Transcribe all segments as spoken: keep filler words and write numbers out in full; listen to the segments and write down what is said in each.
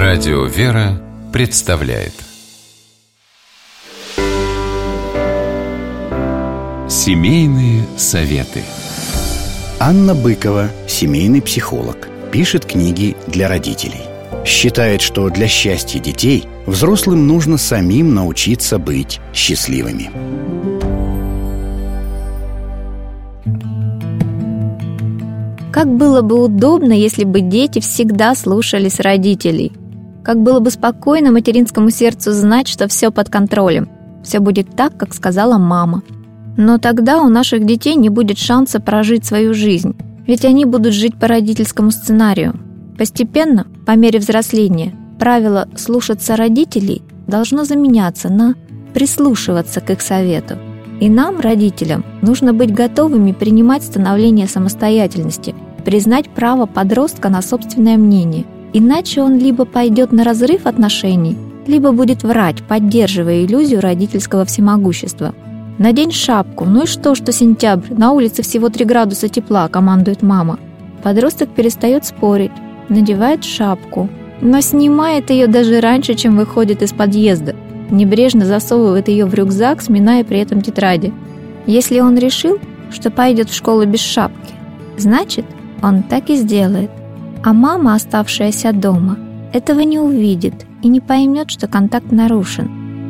Радио «Вера» представляет Семейные советы. Анна Быкова, семейный психолог, пишет книги для родителей. Считает, что для счастья детей взрослым нужно самим научиться быть счастливыми. Как было бы удобно, если бы дети всегда слушались родителей. Как было бы спокойно материнскому сердцу знать, что все под контролем. Все будет так, как сказала мама. Но тогда у наших детей не будет шанса прожить свою жизнь, ведь они будут жить по родительскому сценарию. Постепенно, по мере взросления, правило «слушаться родителей» должно заменяться на «прислушиваться к их совету». И нам, родителям, нужно быть готовыми принимать становление самостоятельности, признать право подростка на собственное мнение. Иначе он либо пойдет на разрыв отношений, либо будет врать, поддерживая иллюзию родительского всемогущества. «Надень шапку, ну и что, что сентябрь, на улице всего три градуса тепла», — командует мама. Подросток перестает спорить, надевает шапку, но снимает ее даже раньше, чем выходит из подъезда. Небрежно засовывает ее в рюкзак, сминая при этом тетради. Если он решил, что пойдет в школу без шапки, значит, он так и сделает. А мама, оставшаяся дома, этого не увидит и не поймет, что контакт нарушен.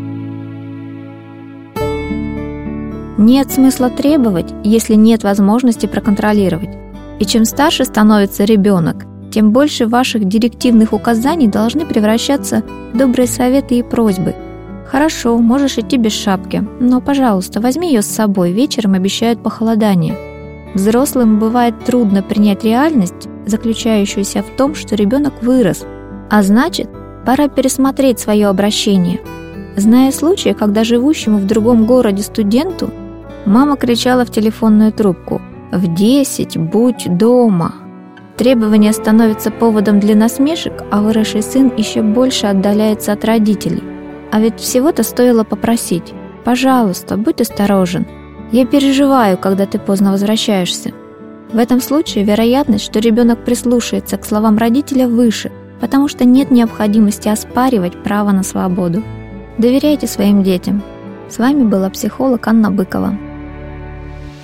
Нет смысла требовать, если нет возможности проконтролировать. И чем старше становится ребенок, тем больше ваших директивных указаний должны превращаться в добрые советы и просьбы. «Хорошо, можешь идти без шапки, но, пожалуйста, возьми ее с собой, вечером обещают похолодание». Взрослым бывает трудно принять реальность, заключающуюся в том, что ребенок вырос, а значит, пора пересмотреть свое обращение. Зная случаи, когда живущему в другом городе студенту мама кричала в телефонную трубку: «В десять будь дома». Требование становится поводом для насмешек, а выросший сын еще больше отдаляется от родителей. А ведь всего-то стоило попросить: «Пожалуйста, будь осторожен. Я переживаю, когда ты поздно возвращаешься». В этом случае вероятность, что ребенок прислушается к словам родителя, выше, потому что нет необходимости оспаривать право на свободу. Доверяйте своим детям. С вами была психолог Анна Быкова.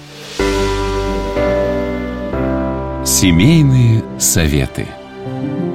Семейные советы.